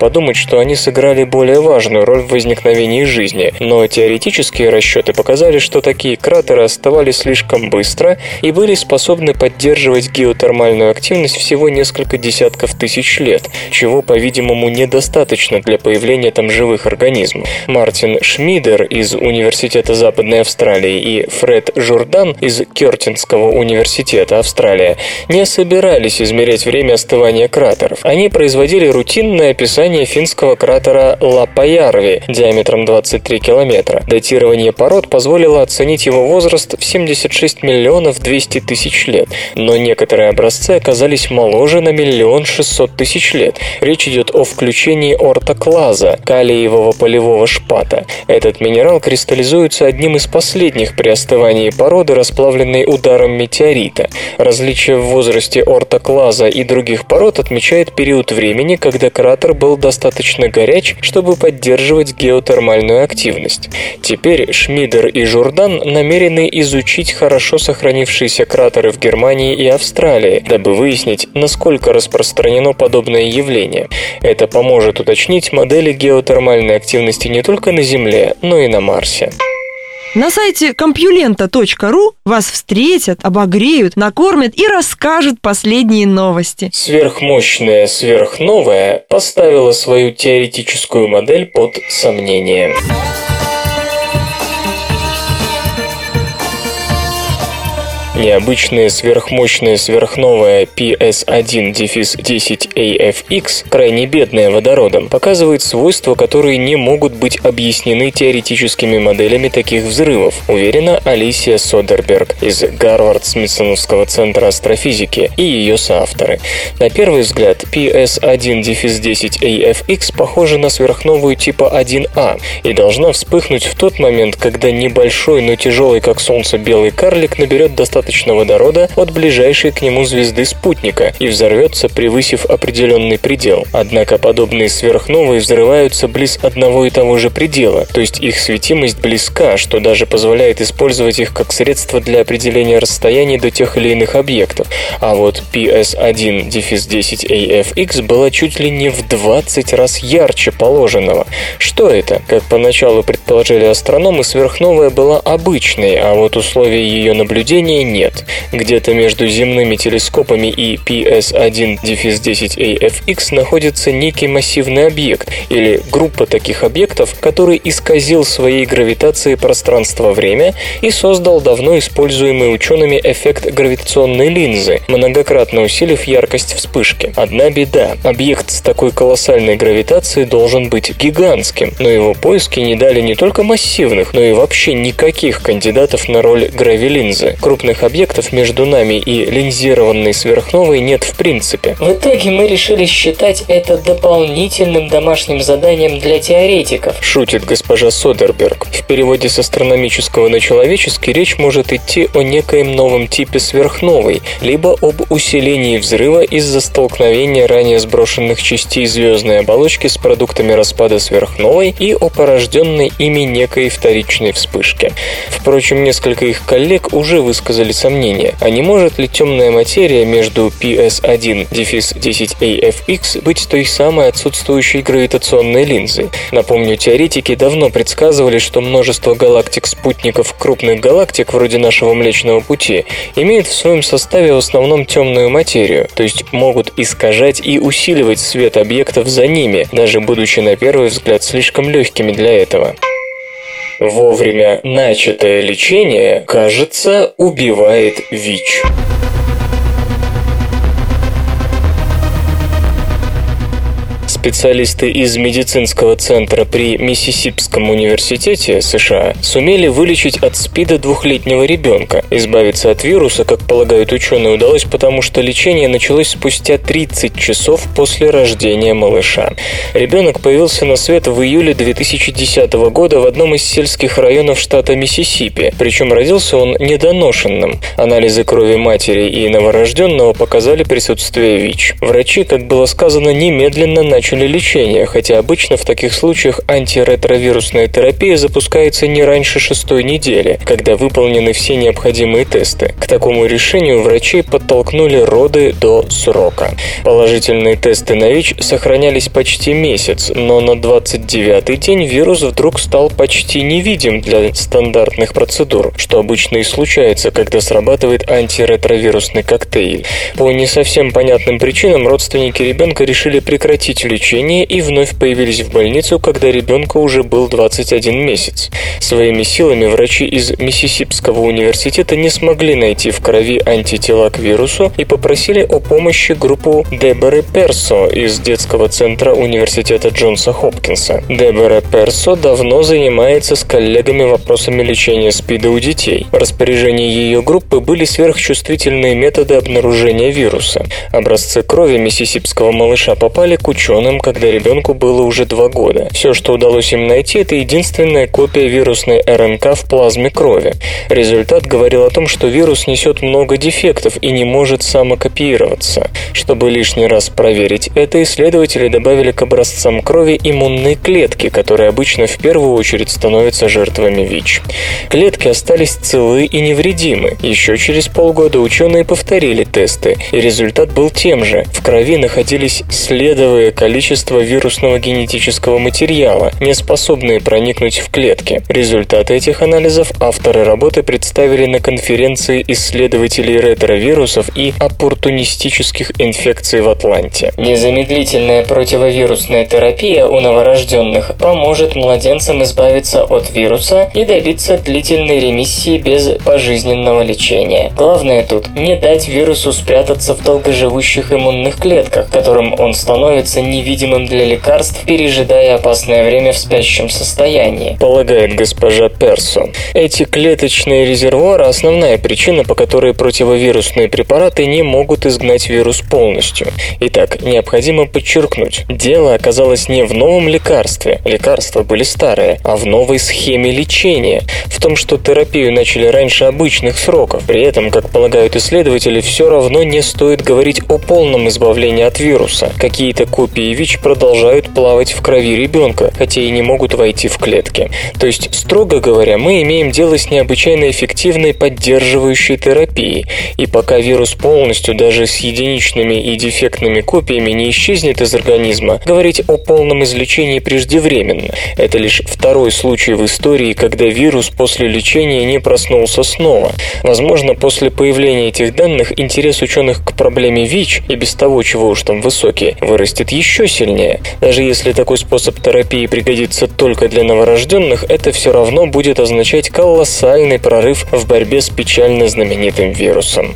S3: подумать, что они сыграли более важную роль в возникновении жизни, но теоретические расчеты показали, что такие кратеры оставались слишком быстро и были способны поддерживать геотермальную активность всего несколько десятков тысяч лет, чего, по-видимому, недостаточно для появления там живых организмов. Мартин Шмидер из Университета Западной Австралии и Фред Журдан из Кёртинского университета, Австралия, не собирались измерять время остывания кратеров. Они производили рутинное описание финского кратера Лаппajärvi диаметром 23 километра. Датирование пород позволило оценить его возраст в 76 миллионов 200 тысяч лет, но некоторые образцы оказались моложе на 1 600 000 лет. Речь идет о включении ортоклаза, калиевого полевого шпата. Этот минерал кристаллизуется одним из последних при остывании породы, расплавленной ударом метеорита. Различие в возрасте ортоклаза и других пород отмечает период времени, когда кратер был достаточно горяч, чтобы поддерживать геотермальную активность. Теперь Шмидер и Журдан намерены изучить хорошо сохранившиеся кратеры в Германии и Австралии, дабы выяснить, насколько распространено подобное явление. Это поможет уточнить модели геотермальной активности не только на Земле, но и на Марсе.
S2: На сайте compulenta.ru вас встретят, обогреют, накормят и расскажут последние новости.
S3: Сверхмощная сверхновая поставила свою теоретическую модель под сомнение. Необычная сверхмощная сверхновая PS1-10AFX, крайне бедная водородом, показывает свойства, которые не могут быть объяснены теоретическими моделями таких взрывов, уверена Алисия Содерберг из Гарвард-Смитсоновского центра астрофизики и ее соавторы. На первый взгляд, PS1-10AFX похожа на сверхновую типа 1А и должна вспыхнуть в тот момент, когда небольшой, но тяжелый как Солнце белый карлик наберет достаточно водорода от ближайшей к нему звезды спутника и взорвется, превысив определенный предел. Однако подобные сверхновые взрываются близ одного и того же предела, то есть их светимость близка, что даже позволяет использовать их как средство для определения расстояний до тех или иных объектов. А вот PS1-10AFX была чуть ли не в 20 раз ярче положенного. Что это? Как поначалу предположили астрономы, сверхновая была обычной, а вот условий ее наблюдения нет. Где-то между земными телескопами и PS1-10AFX находится некий массивный объект или группа таких объектов, который исказил своей гравитацией пространство-время и создал давно используемый учеными эффект гравитационной линзы, многократно усилив яркость вспышки. Одна беда – объект с такой колоссальной гравитацией должен быть гигантским, но его поиски не дали не только массивных, но и вообще никаких кандидатов на роль гравилинзы. Крупных объектов между нами и линзированной сверхновой нет в принципе.
S5: В итоге мы решили считать это дополнительным домашним заданием для теоретиков,
S3: шутит госпожа Содерберг. В переводе с астрономического на человеческий речь может идти о некоем новом типе сверхновой, либо об усилении взрыва из-за столкновения ранее сброшенных частей звездной оболочки с продуктами распада сверхновой и о порожденной ими некой вторичной вспышке. Впрочем, несколько их коллег уже высказали сомнения, а не может ли темная материя между PS1-10AFX быть той самой отсутствующей гравитационной линзой? Напомню, теоретики давно предсказывали, что множество галактик-спутников крупных галактик, вроде нашего Млечного Пути, имеют в своем составе в основном темную материю, то есть могут искажать и усиливать свет объектов за ними, даже будучи на первый взгляд слишком легкими для этого. Вовремя начатое лечение, кажется, убивает ВИЧ. Специалисты из медицинского центра при Миссисипском университете США сумели вылечить от СПИДа 2-летнего ребенка. Избавиться от вируса, как полагают ученые, удалось, потому что лечение началось спустя 30 часов после рождения малыша. Ребенок появился на свет в июле 2010 года в одном из сельских районов штата Миссисипи, причем родился он недоношенным. Анализы крови матери и новорожденного показали присутствие ВИЧ. Врачи, как было сказано, немедленно начали начали лечение, хотя обычно в таких случаях антиретровирусная терапия запускается не раньше 6-й недели, когда выполнены все необходимые тесты. К такому решению врачи подтолкнули роды до срока. Положительные тесты на ВИЧ сохранялись почти месяц, но на 29-й день вирус вдруг стал почти невидим для стандартных процедур, что обычно и случается, когда срабатывает антиретровирусный коктейль. По не совсем понятным причинам родственники ребенка решили прекратить лечение и вновь появились в больницу, когда ребенку уже был 21 месяц. Своими силами врачи из Миссисипского университета не смогли найти в крови антитела к вирусу и попросили о помощи группу Деборы Персо из детского центра университета Джонса Хопкинса. Дебора Персо давно занимается с коллегами вопросами лечения СПИДа у детей. В распоряжении ее группы были сверхчувствительные методы обнаружения вируса. Образцы крови миссисипского малыша попали к ученым, когда ребенку было уже 2 года. Все, что удалось им найти, это единственная копия вирусной РНК в плазме крови. Результат говорил о том, что вирус несет много дефектов и не может самокопироваться. Чтобы лишний раз проверить это, исследователи добавили к образцам крови иммунные клетки, которые обычно в первую очередь становятся жертвами ВИЧ. Клетки остались целы и невредимы. Еще через полгода ученые повторили тесты, и результат был тем же. В крови находились следовое количество вирусного генетического материала, не способные проникнуть в клетки. Результаты этих анализов авторы работы представили на конференции исследователей ретровирусов и оппортунистических инфекций в Атланте.
S5: Незамедлительная противовирусная терапия у новорожденных поможет младенцам избавиться от вируса и добиться длительной ремиссии без пожизненного лечения. Главное тут не дать вирусу спрятаться в долгоживущих иммунных клетках, которым он становится невидимым для лекарств, пережидая опасное время в спящем состоянии,
S3: полагает госпожа Персо. Эти клеточные резервуары – основная причина, по которой противовирусные препараты не могут изгнать вирус полностью. Итак, необходимо подчеркнуть, дело оказалось не в новом лекарстве, лекарства были старые, а в новой схеме лечения, в том, что терапию начали раньше обычных сроков. При этом, как полагают исследователи, все равно не стоит говорить о полном избавлении от вируса. Какие-то копии ВИЧ продолжают плавать в крови ребенка, хотя и не могут войти в клетки. То есть, строго говоря, мы имеем дело с необычайно эффективной поддерживающей терапией, и пока вирус полностью, даже с единичными и дефектными копиями, не исчезнет из организма, говорить о полном излечении преждевременно. Это лишь второй случай в истории, когда вирус после лечения не проснулся снова. Возможно, после появления этих данных интерес ученых к проблеме ВИЧ, и без того, чего уж там высокий, вырастет еще сильнее. Даже если такой способ терапии пригодится только для новорожденных, это все равно будет означать колоссальный прорыв в борьбе с печально знаменитым вирусом.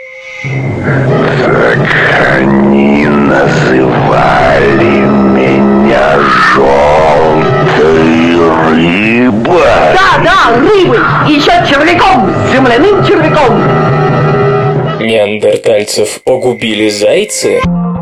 S4: Они называли меня желтой рыбой.
S6: Да, рыбой. Еще червяком, земляным червяком.
S3: Неандертальцев погубили зайцы?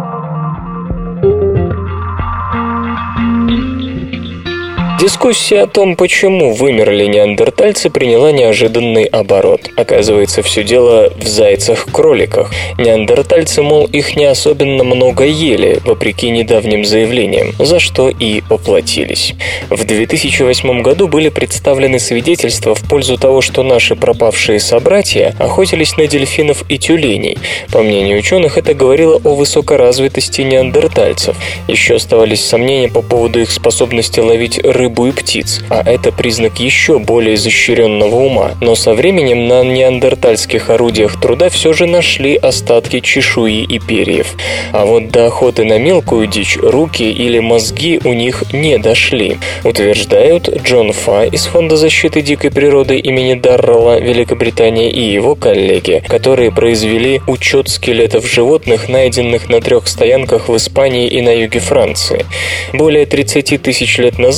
S3: Дискуссия о том, почему вымерли неандертальцы, приняла неожиданный оборот. Оказывается, все дело в зайцах-кроликах. Неандертальцы, мол, их не особенно много ели, вопреки недавним заявлениям, за что и поплатились. В 2008 году были представлены свидетельства в пользу того, что наши пропавшие собратья охотились на дельфинов и тюленей. По мнению ученых, это говорило о высокоразвитости неандертальцев. Еще оставались сомнения по поводу их способности ловить рыбу и птиц, а это признак еще более изощренного ума. Но со временем на неандертальских орудиях труда все же нашли остатки чешуи и перьев. А вот до охоты на мелкую дичь руки или мозги у них не дошли, утверждают Джон Фа из Фонда защиты дикой природы имени Даррелла, Великобритания, и его коллеги, которые произвели учет скелетов животных, найденных на 3 стоянках в Испании и на юге Франции. Более 30 тысяч лет назад в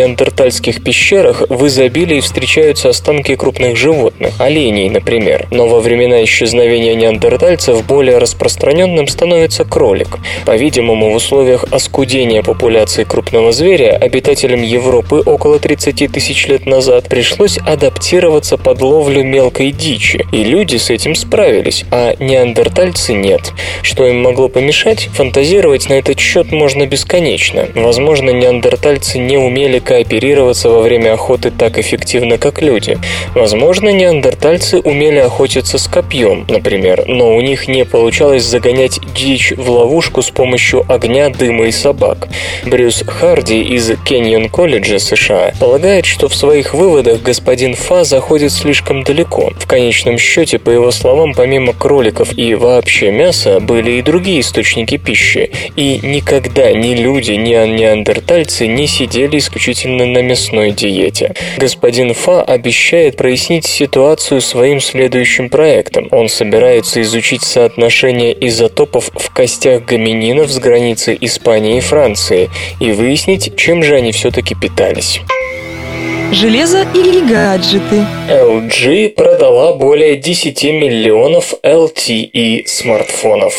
S3: неандертальских пещерах в изобилии встречаются останки крупных животных, оленей, например. Но во времена исчезновения неандертальцев более распространенным становится кролик. По-видимому, в условиях оскудения популяции крупного зверя обитателям Европы около 30 тысяч лет назад пришлось адаптироваться под ловлю мелкой дичи, и люди с этим справились, а неандертальцы нет. Что им могло помешать? Фантазировать на этот счет можно бесконечно. Возможно, неандертальцы не умели кооперироваться во время охоты так эффективно, как люди. Возможно, неандертальцы умели охотиться с копьем, например, но у них не получалось загонять дичь в ловушку с помощью огня, дыма и собак. Брюс Харди из Кеньон-колледжа, США, полагает, что в своих выводах господин Фа заходит слишком далеко. В конечном счете, по его словам, помимо кроликов и вообще мяса, были и другие источники пищи, и никогда ни люди, ни неандертальцы не сидели исключительно на мясной диете. Господин Фа обещает прояснить ситуацию своим следующим проектом. Он собирается изучить соотношение изотопов в костях гомининов с границы Испании и Франции и выяснить, чем же они все-таки питались.
S2: Железо или гаджеты?
S3: LG продала более 10 миллионов LTE смартфонов.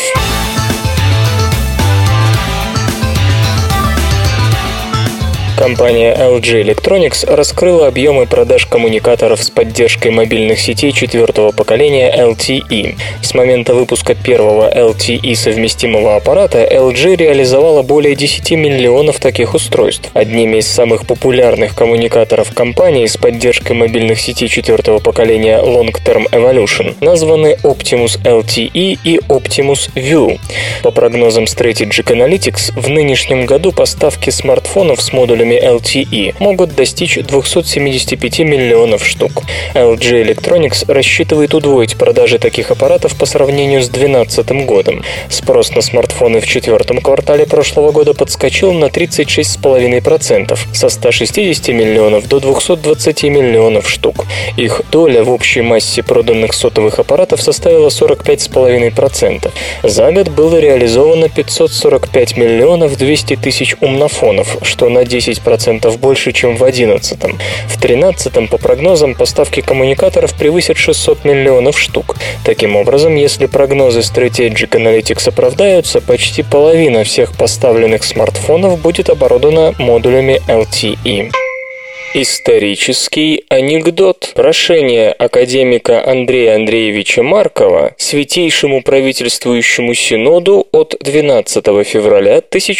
S3: Компания LG Electronics раскрыла объемы продаж коммуникаторов с поддержкой мобильных сетей четвертого поколения LTE. С момента выпуска первого LTE совместимого аппарата LG реализовала более 10 миллионов таких устройств. Одними из самых популярных коммуникаторов компании с поддержкой мобильных сетей четвертого поколения Long Term Evolution названы Optimus LTE и Optimus View. По прогнозам Strategic Analytics, в нынешнем году поставки смартфонов с модулями LTE могут достичь 275 миллионов штук. LG Electronics рассчитывает удвоить продажи таких аппаратов по сравнению с 2012 годом. Спрос на смартфоны в четвертом квартале прошлого года подскочил на 36,5%, со 160 миллионов до 220 миллионов штук. Их доля в общей массе проданных сотовых аппаратов составила 45,5%. За год было реализовано 545 миллионов 200 тысяч умнофонов, что на 10% больше, чем в 2011. В 2013, по прогнозам, поставки коммуникаторов превысят 600 миллионов штук. Таким образом, если прогнозы Strategic Analytics оправдаются, почти половина всех поставленных смартфонов будет оборудована модулями LTE. Исторический анекдот. Прошение академика Андрея Андреевича Маркова Святейшему правительствующему синоду от 12 февраля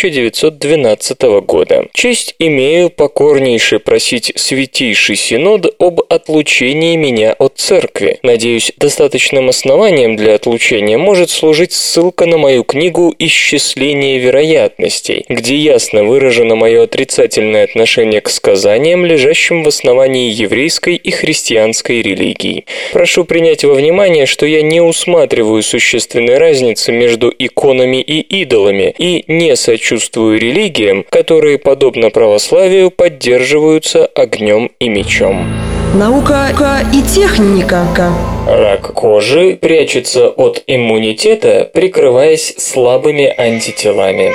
S3: 1912 года. Честь имею покорнейше просить Святейший синод об отлучении меня от церкви. Надеюсь, достаточным основанием для отлучения может служить ссылка на мою книгу «Исчисление вероятностей», где ясно выражено мое отрицательное отношение к сказаниям, лежащим в основании еврейской и христианской религии. Прошу принять во внимание, что я не усматриваю существенной разницы между иконами и идолами и не сочувствую религиям, которые, подобно православию, поддерживаются огнем и мечом.
S2: Наука и техника.
S3: Рак кожи прячется от иммунитета, прикрываясь слабыми антителами.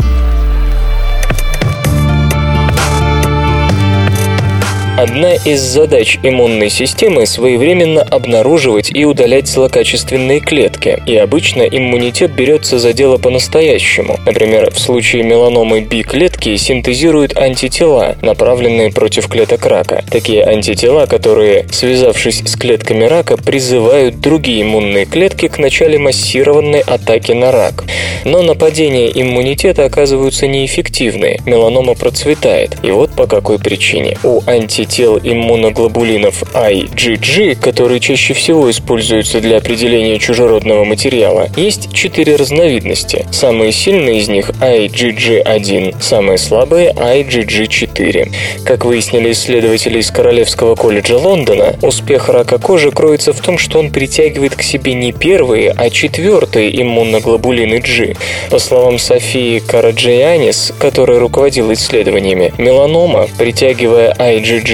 S3: Одна из задач иммунной системы – своевременно обнаруживать и удалять злокачественные клетки, и обычно иммунитет берется за дело по-настоящему. Например, в случае меланомы B-клетки синтезируют антитела, направленные против клеток рака. Такие антитела, которые, связавшись с клетками рака, призывают другие иммунные клетки к началу массированной атаки на рак. Но нападения иммунитета оказываются неэффективны, меланома процветает. И вот по какой причине. У антител иммуноглобулинов IgG, которые чаще всего используются для определения чужеродного материала, есть 4 разновидности. Самые сильные из них IgG1, самые слабые IgG4. Как выяснили исследователи из Королевского колледжа Лондона, успех рака кожи кроется в том, что он притягивает к себе не первые, а 4-е иммуноглобулины G. По словам Софии Караджианис, которая руководила исследованиями, меланома, притягивая IgG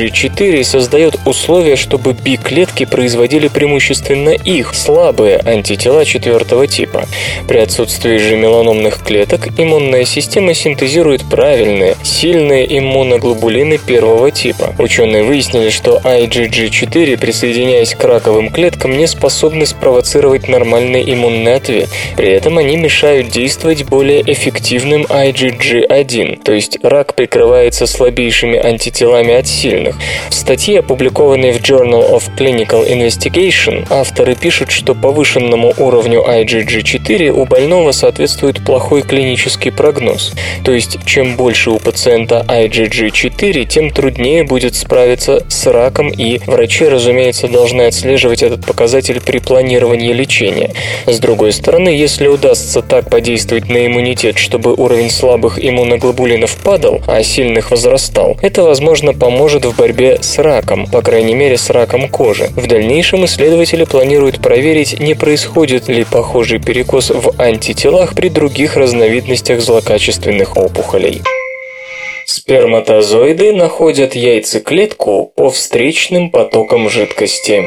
S3: IgG4 создает условия, чтобы B-клетки производили преимущественно их, слабые антитела 4 типа. При отсутствии же меланомных клеток иммунная система синтезирует правильные, сильные иммуноглобулины 1 типа. Ученые выяснили, что IgG4, присоединяясь к раковым клеткам, не способны спровоцировать нормальный иммунный ответ. При этом они мешают действовать более эффективным IgG1, то есть рак прикрывается слабейшими антителами от сильных. В статье, опубликованной в Journal of Clinical Investigation, авторы пишут, что повышенному уровню IgG4 у больного соответствует плохой клинический прогноз. То есть, чем больше у пациента IgG4, тем труднее будет справиться с раком, и врачи, разумеется, должны отслеживать этот показатель при планировании лечения. С другой стороны, если удастся так подействовать на иммунитет, чтобы уровень слабых иммуноглобулинов падал, а сильных возрастал, это, возможно, поможет в борьбе с раком, по крайней мере, с раком кожи. В дальнейшем исследователи планируют проверить, не происходит ли похожий перекос в антителах при других разновидностях злокачественных опухолей. Сперматозоиды находят яйцеклетку по встречным потокам жидкости.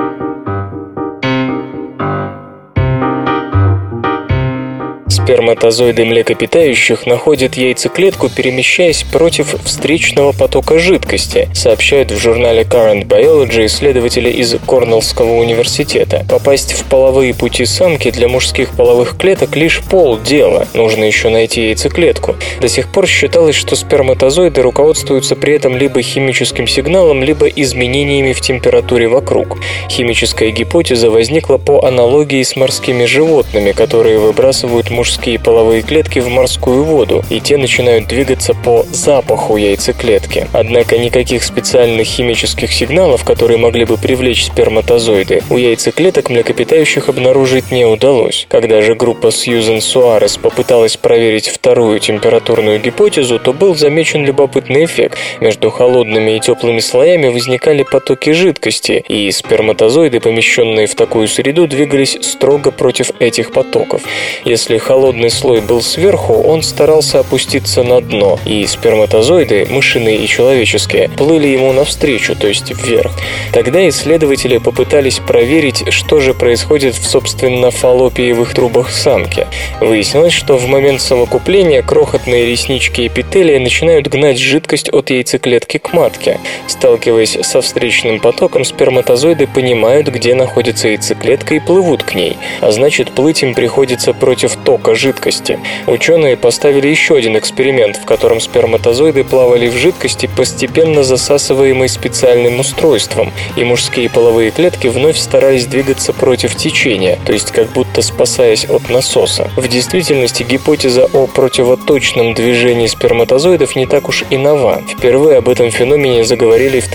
S3: Сперматозоиды млекопитающих находят яйцеклетку, перемещаясь против встречного потока жидкости, сообщают в журнале Current Biology исследователи из Корнеллского университета. Попасть в половые пути самки для мужских половых клеток лишь полдела. Нужно еще найти яйцеклетку. До сих пор считалось, что сперматозоиды руководствуются при этом либо химическим сигналом, либо изменениями в температуре вокруг. Химическая гипотеза возникла по аналогии с морскими животными, которые выбрасывают мужские половые клетки в морскую воду, и те начинают двигаться по запаху яйцеклетки. Однако никаких специальных химических сигналов, которые могли бы привлечь сперматозоиды, у яйцеклеток млекопитающих обнаружить не удалось. Когда же группа Сьюзен Суарес попыталась проверить вторую температурную гипотезу, то был замечен любопытный эффект. Между холодными и теплыми слоями возникали потоки жидкости, и сперматозоиды, помещенные в такую среду, двигались строго против этих потоков. Если холодный слой был сверху, он старался опуститься на дно, и сперматозоиды, мышиные и человеческие, плыли ему навстречу, то есть вверх. Тогда исследователи попытались проверить, что же происходит в, собственно, фаллопиевых трубах самки. Выяснилось, что в момент совокупления крохотные реснички эпителия начинают гнать жидкость от яйцеклетки к матке. Сталкиваясь со встречным потоком, сперматозоиды понимают, где находится яйцеклетка, и плывут к ней, а значит, плыть им приходится против тока жидкости. Ученые поставили еще один эксперимент, в котором сперматозоиды плавали в жидкости, постепенно засасываемой специальным устройством, и мужские половые клетки вновь старались двигаться против течения, то есть как будто спасаясь от насоса. В действительности гипотеза о противоточном движении сперматозоидов не так уж и нова. Впервые об этом феномене заговорили в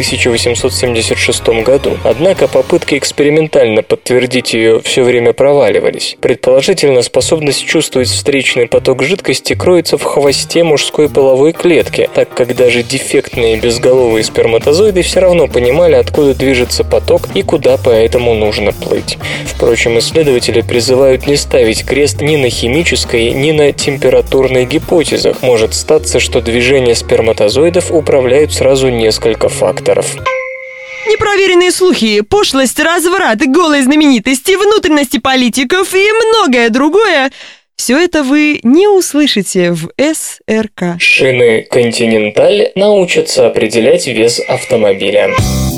S3: 1876 году. Однако попытки экспериментально подтвердить ее все время проваливались. Предположительно, способность чувствовать встречный поток жидкости кроется в хвосте мужской половой клетки, так как даже дефектные безголовые сперматозоиды все равно понимали, откуда движется поток и куда поэтому нужно плыть. Впрочем, исследователи призывают не ставить крест ни на химической, ни на температурной гипотезах. Может статься, что движение сперматозоидов управляют сразу несколько факторов.
S2: Непроверенные слухи, пошлость, разврат, голые знаменитости, внутренности политиков и многое другое – все это вы не услышите в СРК.
S3: Шины «Континенталь» научатся определять вес автомобиля.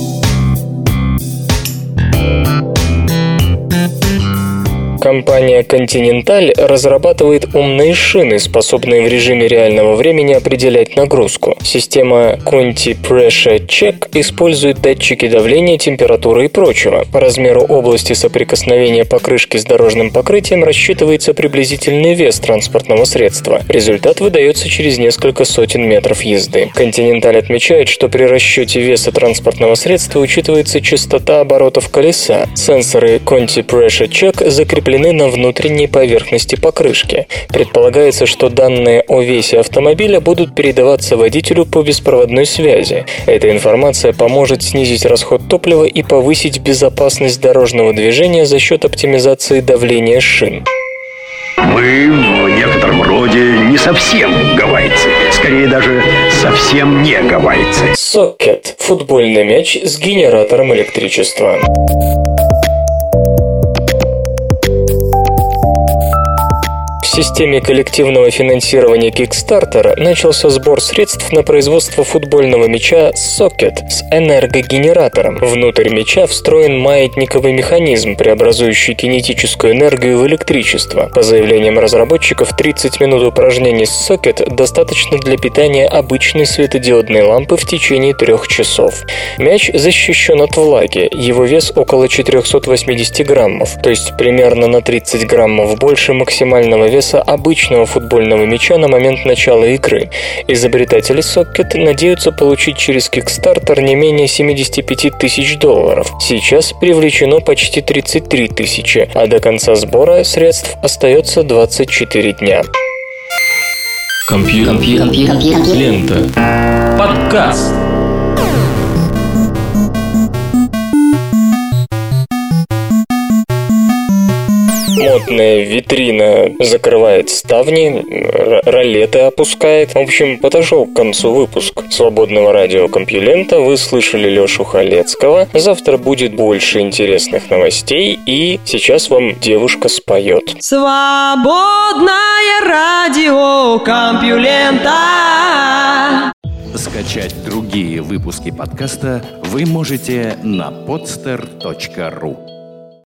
S3: Компания Continental разрабатывает умные шины, способные в режиме реального времени определять нагрузку. Система Conti Pressure Check использует датчики давления, температуры и прочего. По размеру области соприкосновения покрышки с дорожным покрытием рассчитывается приблизительный вес транспортного средства. Результат выдается через несколько сотен метров езды. Continental отмечает, что при расчете веса транспортного средства учитывается частота оборотов колеса. Сенсоры Conti Pressure Check закреплены на внутренней поверхности покрышки. Предполагается, что данные о весе автомобиля будут передаваться водителю по беспроводной связи. Эта информация поможет снизить расход топлива и повысить безопасность дорожного движения за счет оптимизации давления шин.
S4: Мы в некотором роде не совсем гавайцы. скорее даже совсем не гавайцы.
S3: Сокет – футбольный мяч с генератором электричества. В системе коллективного финансирования Kickstarter начался сбор средств на производство футбольного мяча Сокет с энергогенератором. Внутрь мяча встроен маятниковый механизм, преобразующий кинетическую энергию в электричество. По заявлениям разработчиков, 30 минут упражнений с Сокет достаточно для питания обычной светодиодной лампы в течение 3 часов. Мяч защищен от влаги, его вес около 480 граммов, то есть примерно на 30 граммов больше максимального веса обычного футбольного мяча на момент начала игры. Изобретатели Сокет надеются получить через Kickstarter не менее $75 тысяч. Сейчас привлечено почти 33 тысячи, а до конца сбора средств остается 24 дня.
S1: Лента. Подкаст.
S3: Модная витрина закрывает ставни, ролеты опускает. В общем, подошел к концу выпуск свободного радио Компьюлента. Вы слышали Лешу Халецкого. Завтра будет больше интересных новостей. И сейчас вам девушка споет.
S2: Свободное радио Компьюлента.
S1: Скачать другие выпуски подкаста вы можете на podster.ru.